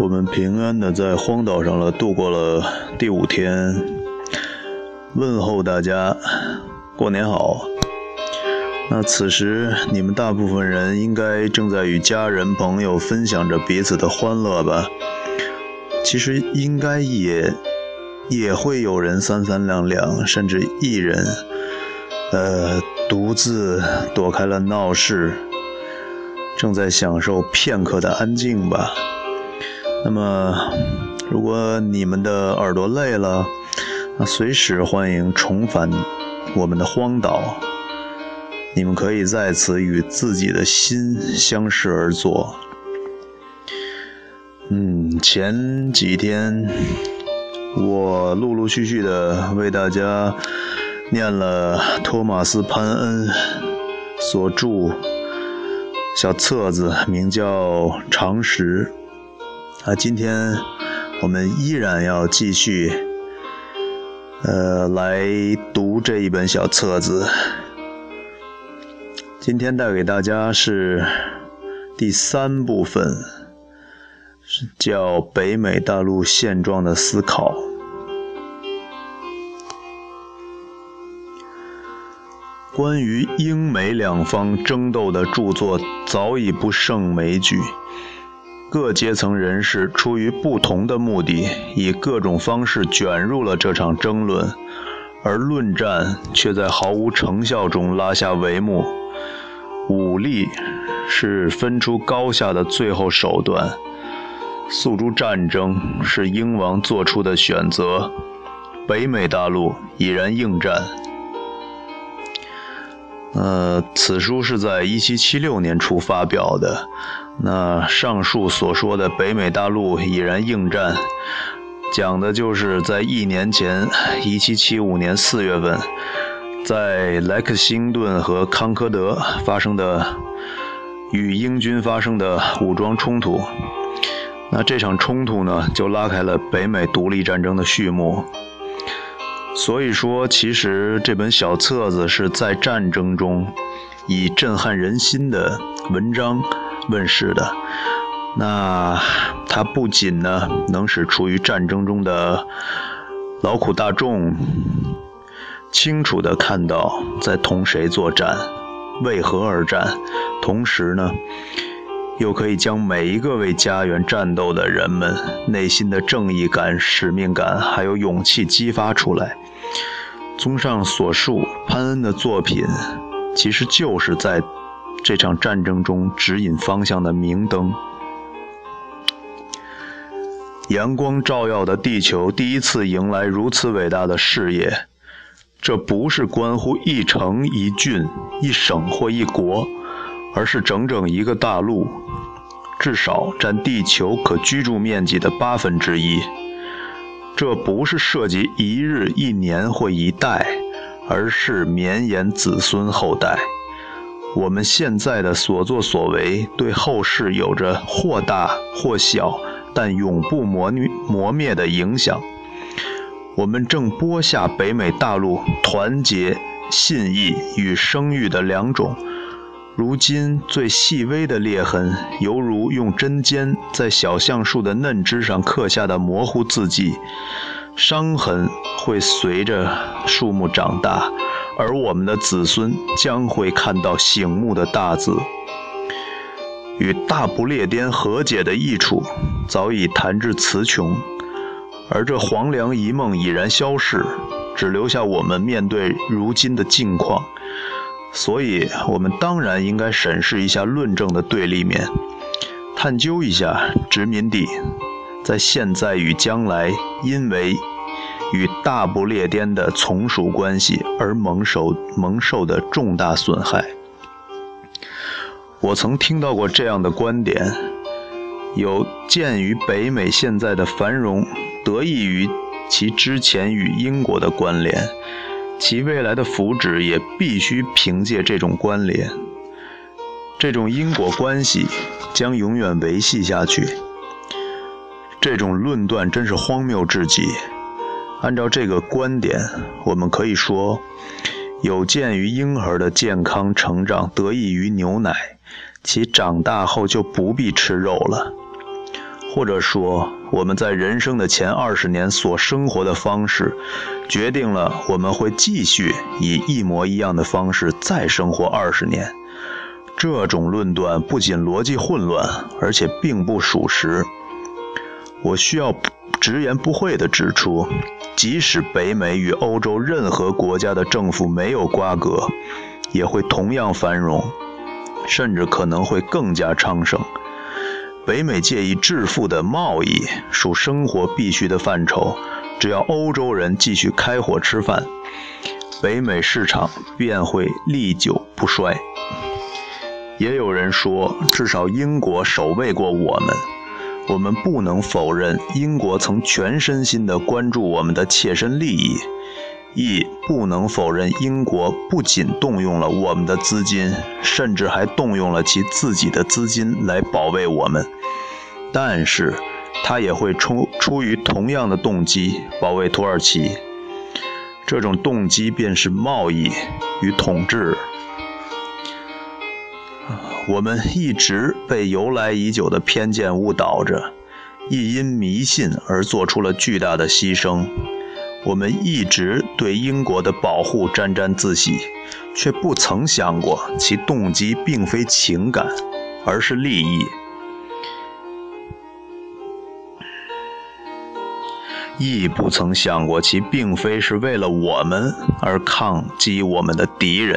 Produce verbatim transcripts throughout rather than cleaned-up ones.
我们平安的在荒岛上了度过了第五天，问候大家过年好。那此时你们大部分人应该正在与家人朋友分享着彼此的欢乐吧。其实应该也也会有人三三两两，甚至一人呃独自躲开了闹市，正在享受片刻的安静吧。那么如果你们的耳朵累了，那随时欢迎重返我们的荒岛，你们可以在此与自己的心相视而坐。嗯，前几天我陆陆续续的为大家念了托马斯·潘恩所著小册子，名叫《常识》。啊，今天我们依然要继续呃来读这一本小册子。今天带给大家是第三部分，是叫北美大陆现状的思考。关于英美两方争斗的著作早已不胜枚举，各阶层人士出于不同的目的，以各种方式卷入了这场争论，而论战却在毫无成效中拉下帷幕。武力是分出高下的最后手段，诉诸战争是英王做出的选择，北美大陆已然应战。呃，此书是在一七七六年初发表的。那上述所说的北美大陆已然应战，讲的就是在一年前一七七五年四月份，在莱克星顿和康科德发生的与英军发生的武装冲突。那这场冲突呢，就拉开了北美独立战争的序幕。所以说，其实这本小册子是在战争中以震撼人心的文章问世的。那它不仅呢能使处于战争中的劳苦大众清楚地看到在同谁作战，为何而战，同时呢又可以将每一个为家园战斗的人们内心的正义感、使命感还有勇气激发出来。综上所述，潘恩的作品其实就是在这场战争中指引方向的明灯。阳光照耀的地球第一次迎来如此伟大的事业，这不是关乎一城一郡、一省或一国，而是整整一个大陆，至少占地球可居住面积的八分之一。这不是涉及一日、一年或一代，而是绵延子孙后代。我们现在的所作所为，对后世有着或大或小，但永不磨磨灭的影响。我们正播下北美大陆团结、信义与声誉的两种。如今最细微的裂痕，犹如用针尖在小橡树的嫩枝上刻下的模糊字迹，伤痕会随着树木长大，而我们的子孙将会看到醒目的大字。与大不列颠和解的益处早已谈至词穷，而这黄粱一梦已然消逝，只留下我们面对如今的境况。所以我们当然应该审视一下论证的对立面，探究一下殖民地在现在与将来因为与大不列颠的从属关系而蒙受蒙受的重大损害。我曾听到过这样的观点，有鉴于北美现在的繁荣得益于其之前与英国的关联，其未来的福祉也必须凭借这种关联。这种因果关系将永远维系下去。这种论断真是荒谬至极。按照这个观点，我们可以说，有鉴于婴儿的健康成长得益于牛奶，其长大后就不必吃肉了。 或者说，我们在人生的前二十年所生活的方式，决定了我们会继续以一模一样的方式再生活二十年。这种论断不仅逻辑混乱，而且并不属实。我需要直言不讳地指出，即使北美与欧洲任何国家的政府没有瓜葛，也会同样繁荣，甚至可能会更加昌盛。北美介意致富的贸易属生活必须的范畴，只要欧洲人继续开火吃饭，北美市场便会历久不衰。也有人说，至少英国守卫过我们，我们不能否认英国曾全身心地关注我们的切身利益，亦不能否认英国不仅动用了我们的资金，甚至还动用了其自己的资金来保卫我们。但是他也会出出于同样的动机保卫土耳其，这种动机便是贸易与统治。我们一直被由来已久的偏见误导着，亦因迷信而做出了巨大的牺牲。我们一直对英国的保护沾沾自喜，却不曾想过其动机并非情感，而是利益。亦不曾想过其并非是为了我们而抗击我们的敌人，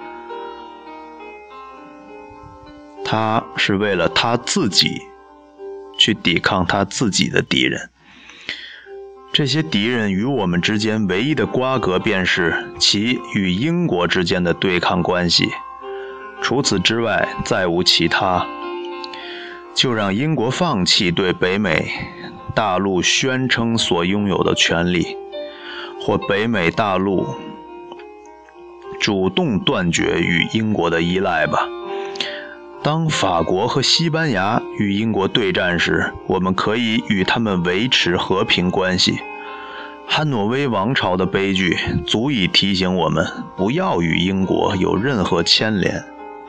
他是为了他自己去抵抗他自己的敌人。这些敌人与我们之间唯一的瓜葛便是其与英国之间的对抗关系，除此之外再无其他。就让英国放弃对北美大陆宣称所拥有的权利，或北美大陆主动断绝与英国的依赖吧。当法国和西班牙与英国对战时，我们可以与他们维持和平关系。汉诺威王朝的悲剧足以提醒我们不要与英国有任何牵连。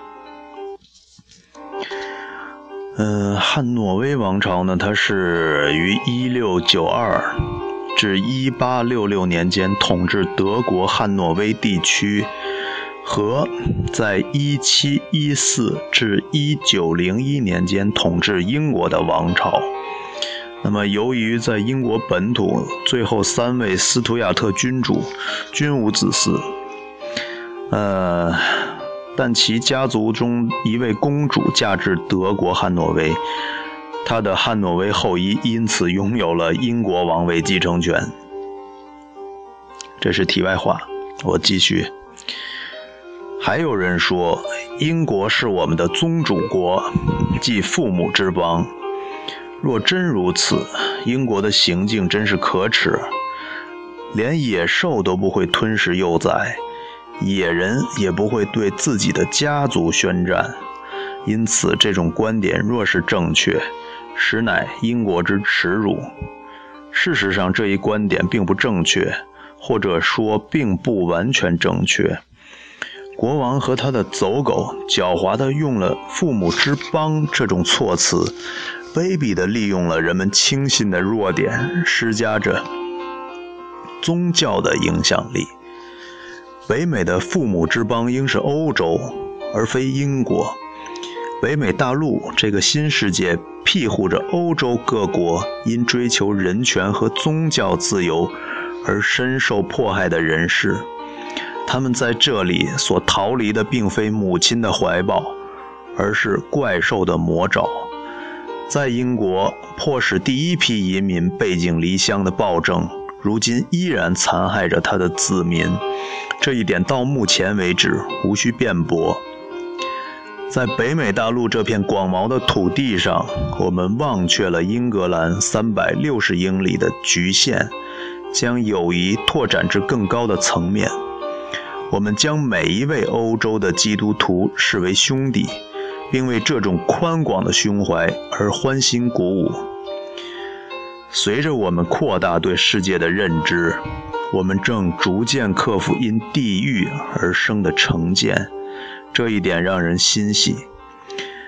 嗯，汉诺威王朝呢，它是于一六九二至一八六六年间统治德国汉诺威地区，和在一七一四至一九零一年间统治英国的王朝。那么由于在英国本土最后三位斯图亚特君主均无子嗣，呃但其家族中一位公主嫁至德国汉诺威，她的汉诺威后裔因此拥有了英国王位继承权。这是题外话，我继续。还有人说，英国是我们的宗主国，即父母之邦。若真如此，英国的行径真是可耻，连野兽都不会吞噬幼崽，野人也不会对自己的家族宣战。因此这种观点若是正确，实乃英国之耻辱。事实上这一观点并不正确，或者说并不完全正确。国王和他的走狗狡猾地用了父母之邦这种措辞，卑鄙地利用了人们轻信的弱点，施加着宗教的影响力。北美的父母之邦应是欧洲，而非英国。北美大陆这个新世界庇护着欧洲各国因追求人权和宗教自由而深受迫害的人士。他们在这里所逃离的并非母亲的怀抱，而是怪兽的魔爪。在英国迫使第一批移民背井离乡的暴政，如今依然残害着他的子民，这一点到目前为止无需辩驳。在北美大陆这片广袤的土地上，我们忘却了英格兰三百六十英里的局限，将友谊拓展至更高的层面。我们将每一位欧洲的基督徒视为兄弟，并为这种宽广的胸怀而欢欣鼓舞。随着我们扩大对世界的认知，我们正逐渐克服因地域而生的成见，这一点让人欣喜。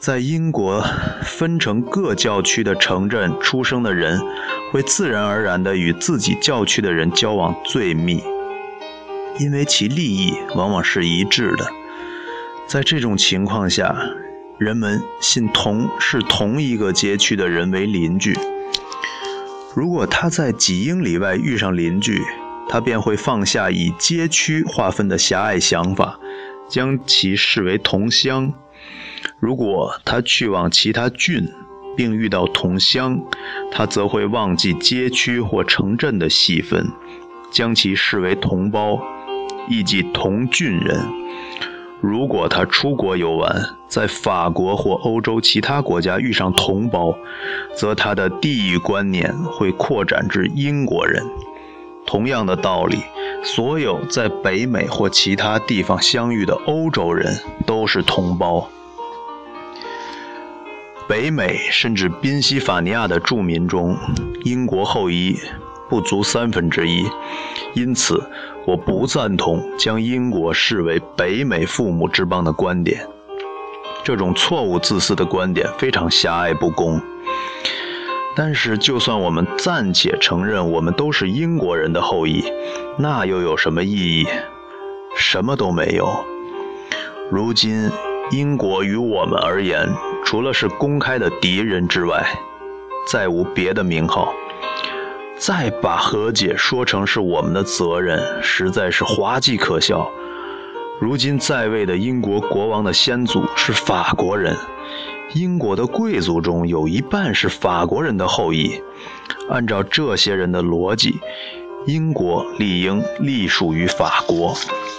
在英国分成各教区的城镇出生的人，会自然而然地与自己教区的人交往最密，因为其利益往往是一致的。在这种情况下，人们信同是同一个街区的人为邻居。如果他在几英里外遇上邻居，他便会放下以街区划分的狭隘想法，将其视为同乡。如果他去往其他郡并遇到同乡，他则会忘记街区或城镇的细分，将其视为同胞，亦即同郡人。如果他出国游玩，在法国或欧洲其他国家遇上同胞，则他的地域观念会扩展至英国人。同样的道理，所有在北美或其他地方相遇的欧洲人都是同胞。北美甚至宾夕法尼亚的住民中，英国后裔不足三分之一，因此我不赞同将英国视为北美父母之邦的观点。这种错误自私的观点非常狭隘不公。但是就算我们暂且承认我们都是英国人的后裔，那又有什么意义？什么都没有。如今英国于我们而言，除了是公开的敌人之外，再无别的名号。再把和解说成是我们的责任，实在是滑稽可笑。如今在位的英国国王的先祖是法国人，英国的贵族中有一半是法国人的后裔。按照这些人的逻辑，英国理应隶属于法国。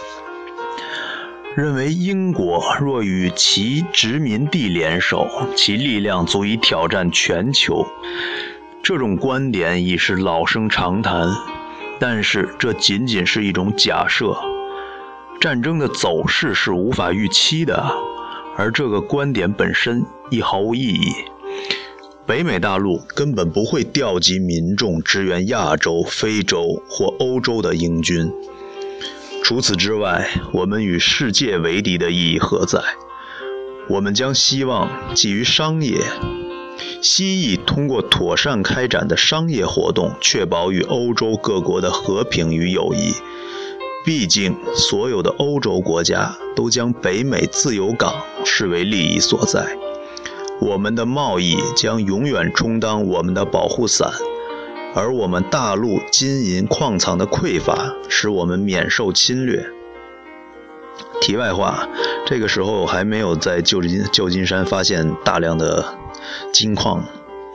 认为英国若与其殖民地联手，其力量足以挑战全球。这种观点已是老生常谈，但是这仅仅是一种假设。战争的走势是无法预期的，而这个观点本身亦毫无意义。北美大陆根本不会调集民众支援亚洲、非洲或欧洲的英军。除此之外，我们与世界为敌的意义何在？我们将希望寄于商业，希冀通过妥善开展的商业活动，确保与欧洲各国的和平与友谊。毕竟，所有的欧洲国家都将北美自由港视为利益所在，我们的贸易将永远充当我们的保护伞。而我们大陆金银矿藏的匮乏，使我们免受侵略。题外话，这个时候还没有在旧金旧金山发现大量的金矿。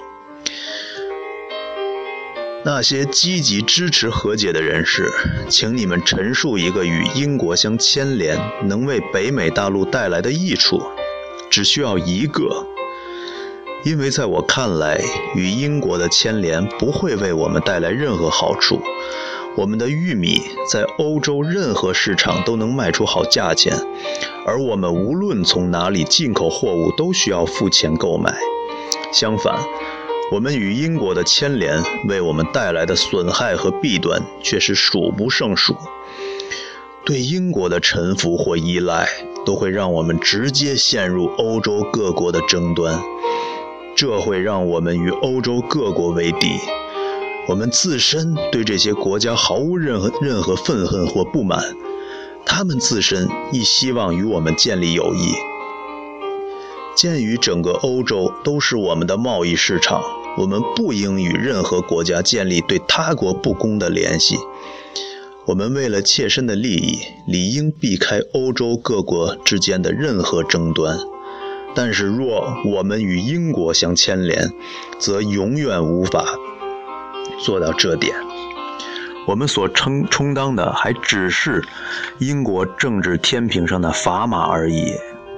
那些积极支持和解的人士，请你们陈述一个与英国相牵连，能为北美大陆带来的益处，只需要一个。因为在我看来，与英国的牵连不会为我们带来任何好处。我们的玉米在欧洲任何市场都能卖出好价钱，而我们无论从哪里进口货物都需要付钱购买。相反，我们与英国的牵连为我们带来的损害和弊端却是数不胜数。对英国的臣服或依赖，都会让我们直接陷入欧洲各国的争端。这会让我们与欧洲各国为敌，我们自身对这些国家毫无任何任何愤恨或不满，他们自身亦希望与我们建立友谊。鉴于整个欧洲都是我们的贸易市场，我们不应与任何国家建立对他国不公的联系。我们为了切身的利益，理应避开欧洲各国之间的任何争端。但是若我们与英国相牵连，则永远无法做到这点。我们所充充当的还只是英国政治天平上的砝码而已。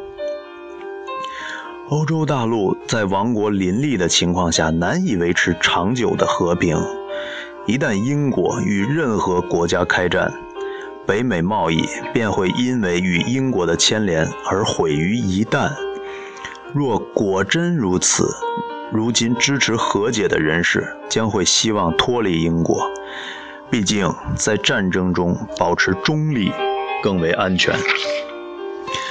欧洲大陆在王国林立的情况下难以维持长久的和平。一旦英国与任何国家开战，北美贸易便会因为与英国的牵连而毁于一旦。若果真如此，如今支持和解的人士将会希望脱离英国，毕竟在战争中保持中立更为安全。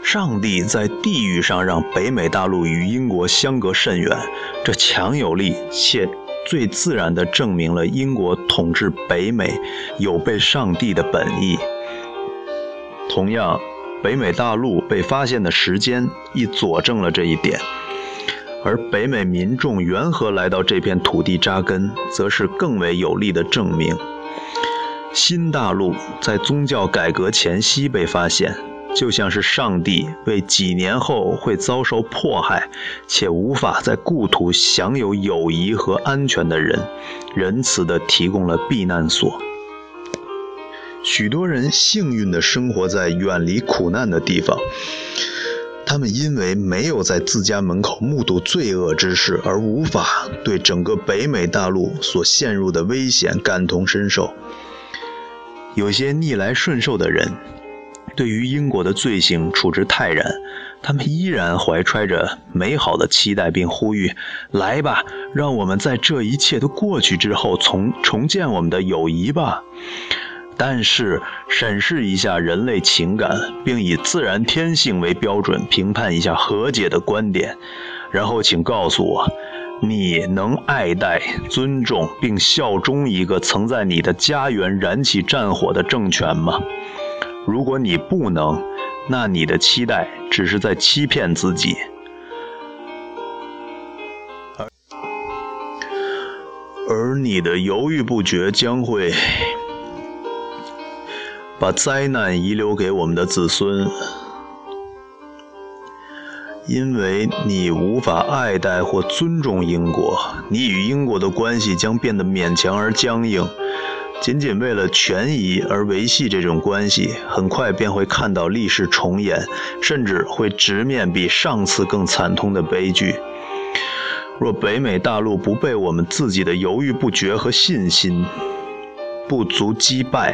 上帝在地域上让北美大陆与英国相隔甚远，这强有力且最自然地证明了英国统治北美有悖上帝的本意。同样，北美大陆被发现的时间亦佐证了这一点，而北美民众缘何来到这片土地扎根，则是更为有力的证明。新大陆在宗教改革前夕被发现，就像是上帝为几年后会遭受迫害且无法在故土享有友谊和安全的人，仁慈地提供了避难所。许多人幸运地生活在远离苦难的地方，他们因为没有在自家门口目睹罪恶之事，而无法对整个北美大陆所陷入的危险感同身受。有些逆来顺受的人对于英国的罪行处之泰然，他们依然怀揣着美好的期待，并呼吁：来吧，让我们在这一切都过去之后重重建我们的友谊吧。但是审视一下人类情感，并以自然天性为标准评判一下和解的观点，然后请告诉我，你能爱戴、尊重并效忠一个曾在你的家园燃起战火的政权吗？如果你不能，那你的期待只是在欺骗自己。而, 而你的犹豫不决将会把灾难遗留给我们的子孙，因为你无法爱戴或尊重英国，你与英国的关系将变得勉强而僵硬。仅仅为了权宜而维系这种关系，很快便会看到历史重演，甚至会直面比上次更惨痛的悲剧。若北美大陆不被我们自己的犹豫不决和信心不足击败，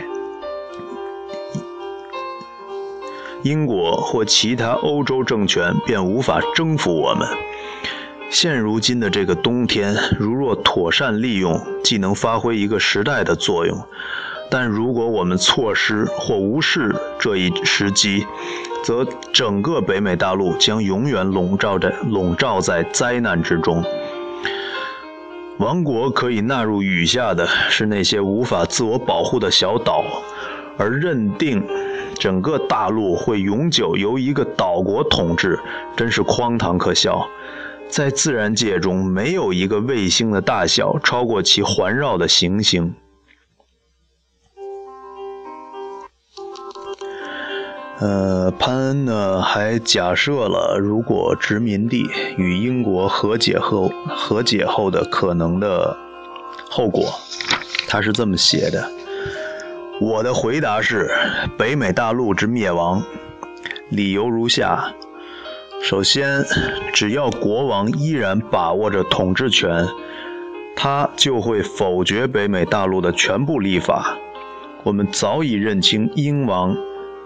英国或其他欧洲政权便无法征服我们。现如今的这个冬天，如若妥善利用，既能发挥一个时代的作用，但如果我们错失或无视这一时机，则整个北美大陆将永远笼罩在笼罩在灾难之中。王国可以纳入雨下的是那些无法自我保护的小岛，而认定整个大陆会永久由一个岛国统治，真是荒唐可笑。在自然界中，没有一个卫星的大小超过其环绕的行星。呃，潘恩呢还假设了如果殖民地与英国和解后和解后的可能的后果。他是这么写的：我的回答是北美大陆之灭亡，理由如下。首先，只要国王依然把握着统治权，他就会否决北美大陆的全部立法。我们早已认清英王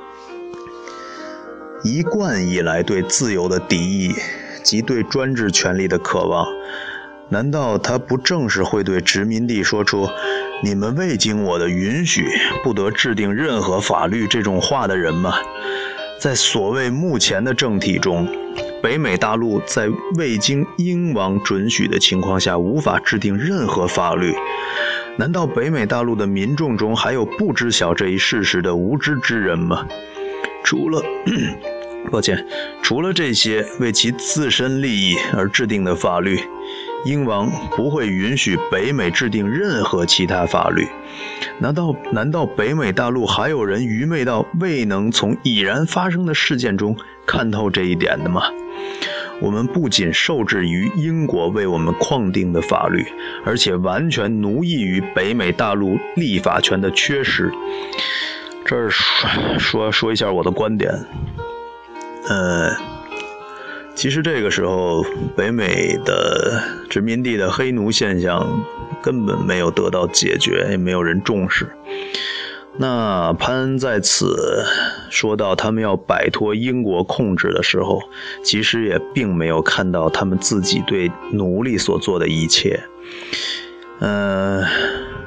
一贯以来对自由的敌意及对专制权力的渴望，难道他不正是会对殖民地说出你们未经我的允许不得制定任何法律这种话的人吗？在所谓目前的政体中，北美大陆在未经英王准许的情况下无法制定任何法律。难道北美大陆的民众中还有不知晓这一事实的无知之人吗？除了抱歉，除了这些为其自身利益而制定的法律，英王不会允许北美制定任何其他法律。难道难道北美大陆还有人愚昧到未能从已然发生的事件中看透这一点的吗？我们不仅受制于英国为我们框定的法律，而且完全奴役于北美大陆立法权的缺失。这儿说说说一下我的观点。呃，其实这个时候北美的殖民地的黑奴现象根本没有得到解决，也没有人重视。那潘恩在此说到他们要摆脱英国控制的时候，其实也并没有看到他们自己对奴隶所做的一切。呃，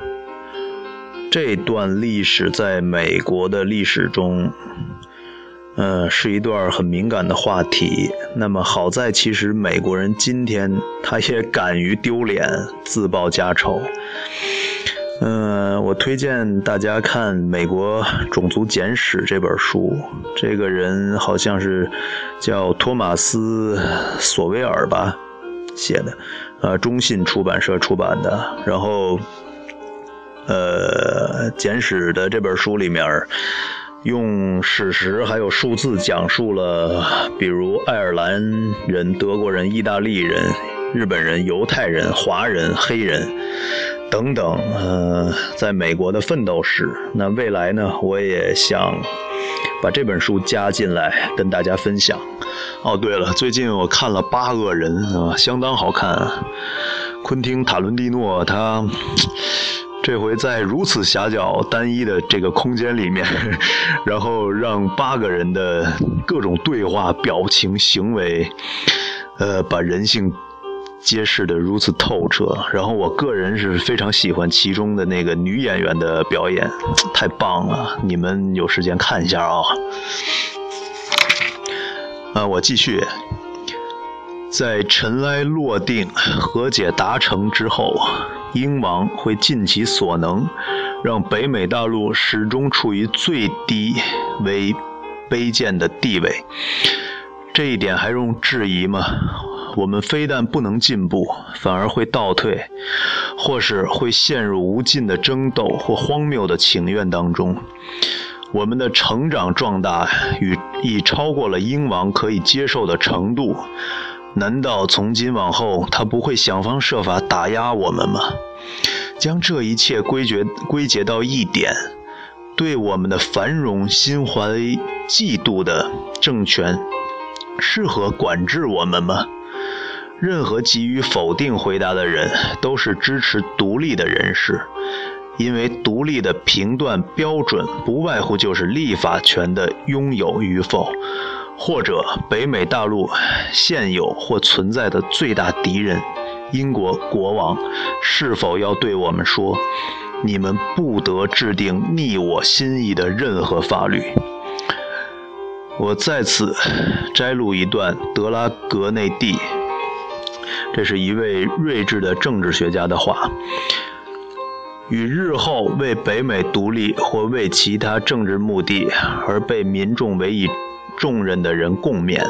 这段历史在美国的历史中呃，是一段很敏感的话题。那么好在其实美国人今天他也敢于丢脸，自曝家丑。嗯、呃，我推荐大家看《美国种族简史》这本书，这个人好像是叫托马斯·索维尔吧写的，呃，中信出版社出版的。然后，呃，简史的这本书里面，用史实还有数字讲述了，比如爱尔兰人、德国人、意大利人、日本人、犹太人、华人、黑人等等，呃，在美国的奋斗史。那未来呢，我也想把这本书加进来跟大家分享。哦，对了，最近我看了《八恶人》啊，相当好看。昆汀·塔伦蒂诺他这回在如此狭小单一的这个空间里面，然后让八个人的各种对话、表情、行为，呃，把人性揭示得如此透彻。然后我个人是非常喜欢其中的那个女演员的表演，太棒了，你们有时间看一下啊。啊，我继续。在尘埃落定、和解达成之后，英王会尽其所能，让北美大陆始终处于最低为卑贱的地位。这一点还容置疑吗？我们非但不能进步，反而会倒退，或是会陷入无尽的争斗或荒谬的请愿当中。我们的成长壮大与已超过了英王可以接受的程度。难道从今往后他不会想方设法打压我们吗？将这一切归结归结到一点，对我们的繁荣心怀嫉妒的政权适合管制我们吗？任何给予否定回答的人都是支持独立的人士，因为独立的评断标准不外乎就是立法权的拥有与否，或者北美大陆现有或存在的最大敌人英国国王是否要对我们说，你们不得制定逆我心意的任何法律。我在此摘录一段德拉格内蒂，这是一位睿智的政治学家的话，与日后为北美独立或为其他政治目的而被民众委以重任的人共勉。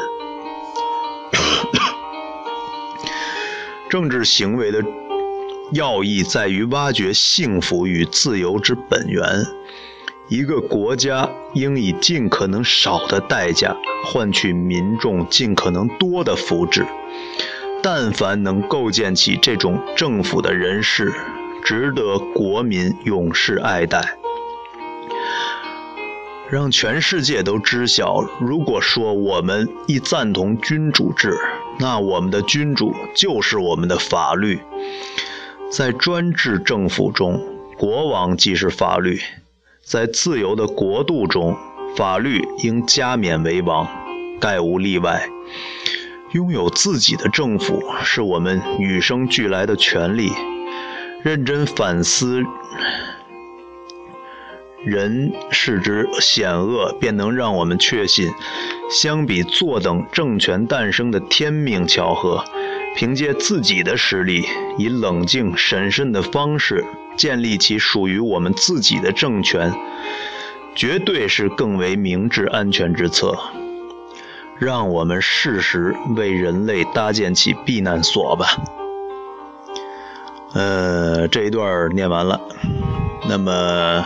政治行为的要义在于挖掘幸福与自由之本源。一个国家应以尽可能少的代价换取民众尽可能多的福祉。但凡能构建起这种政府的人士，值得国民永世爱戴。让全世界都知晓，如果说我们亦赞同君主制，那我们的君主就是我们的法律。在专制政府中，国王即是法律；在自由的国度中，法律应加冕为王，概无例外。拥有自己的政府是我们与生俱来的权利。认真反思人事之险恶，便能让我们确信，相比坐等政权诞生的天命巧合，凭借自己的实力，以冷静审慎的方式建立起属于我们自己的政权，绝对是更为明智安全之策。让我们适时为人类搭建起避难所吧。呃，这一段念完了。那么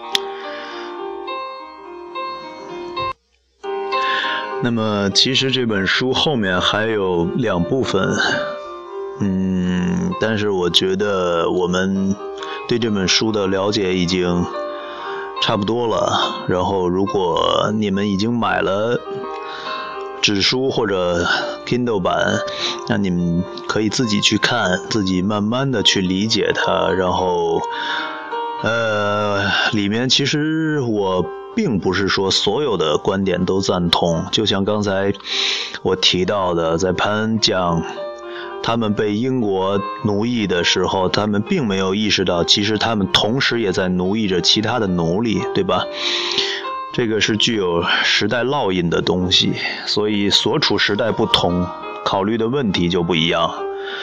那么其实这本书后面还有两部分，嗯，但是我觉得我们对这本书的了解已经差不多了。然后如果你们已经买了纸书或者 Kindle 版，那你们可以自己去看，自己慢慢的去理解它。然后呃，里面其实我并不是说所有的观点都赞同，就像刚才我提到的，在潘恩讲他们被英国奴役的时候，他们并没有意识到其实他们同时也在奴役着其他的奴隶，对吧？ 这个是具有时代烙印的东西，所以所处时代不同，考虑的问题就不一样。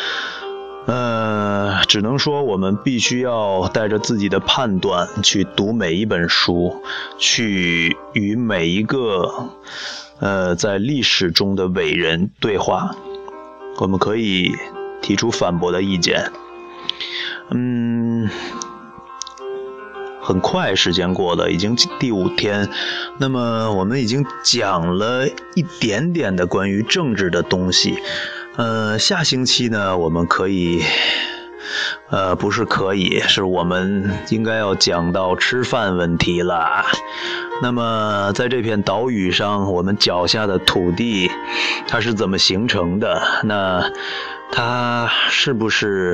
呃，只能说我们必须要带着自己的判断去读每一本书，去与每一个呃在历史中的伟人对话。我们可以提出反驳的意见。嗯，很快时间过了，已经第五天。那么我们已经讲了一点点的关于政治的东西。呃，下星期呢，我们可以，呃，不是可以，是我们应该要讲到吃饭问题了。那么在这片岛屿上，我们脚下的土地，它是怎么形成的？那它是不是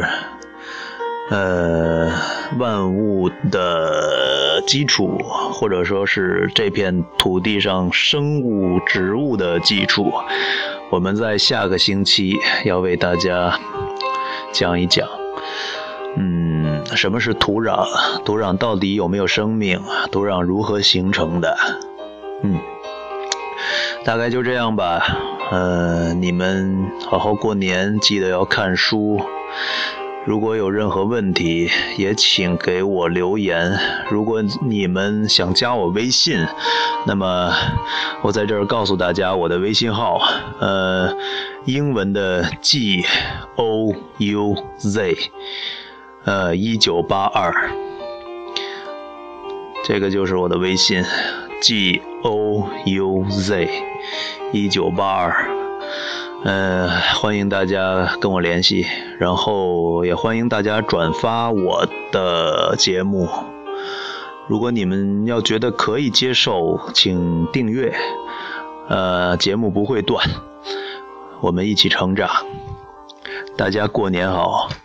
呃万物的基础，或者说是这片土地上生物植物的基础？我们在下个星期要为大家讲一讲。嗯，什么是土壤？土壤到底有没有生命？土壤如何形成的？嗯，大概就这样吧。呃，你们好好过年，记得要看书。如果有任何问题，也请给我留言。如果你们想加我微信，那么我在这儿告诉大家我的微信号，呃，英文的 G O U Z， 呃，一九八二，这个就是我的微信 G O U Z 一九八二。呃，欢迎大家跟我联系，然后也欢迎大家转发我的节目。如果你们要觉得可以接受，请订阅，呃，节目不会断，我们一起成长。大家过年好。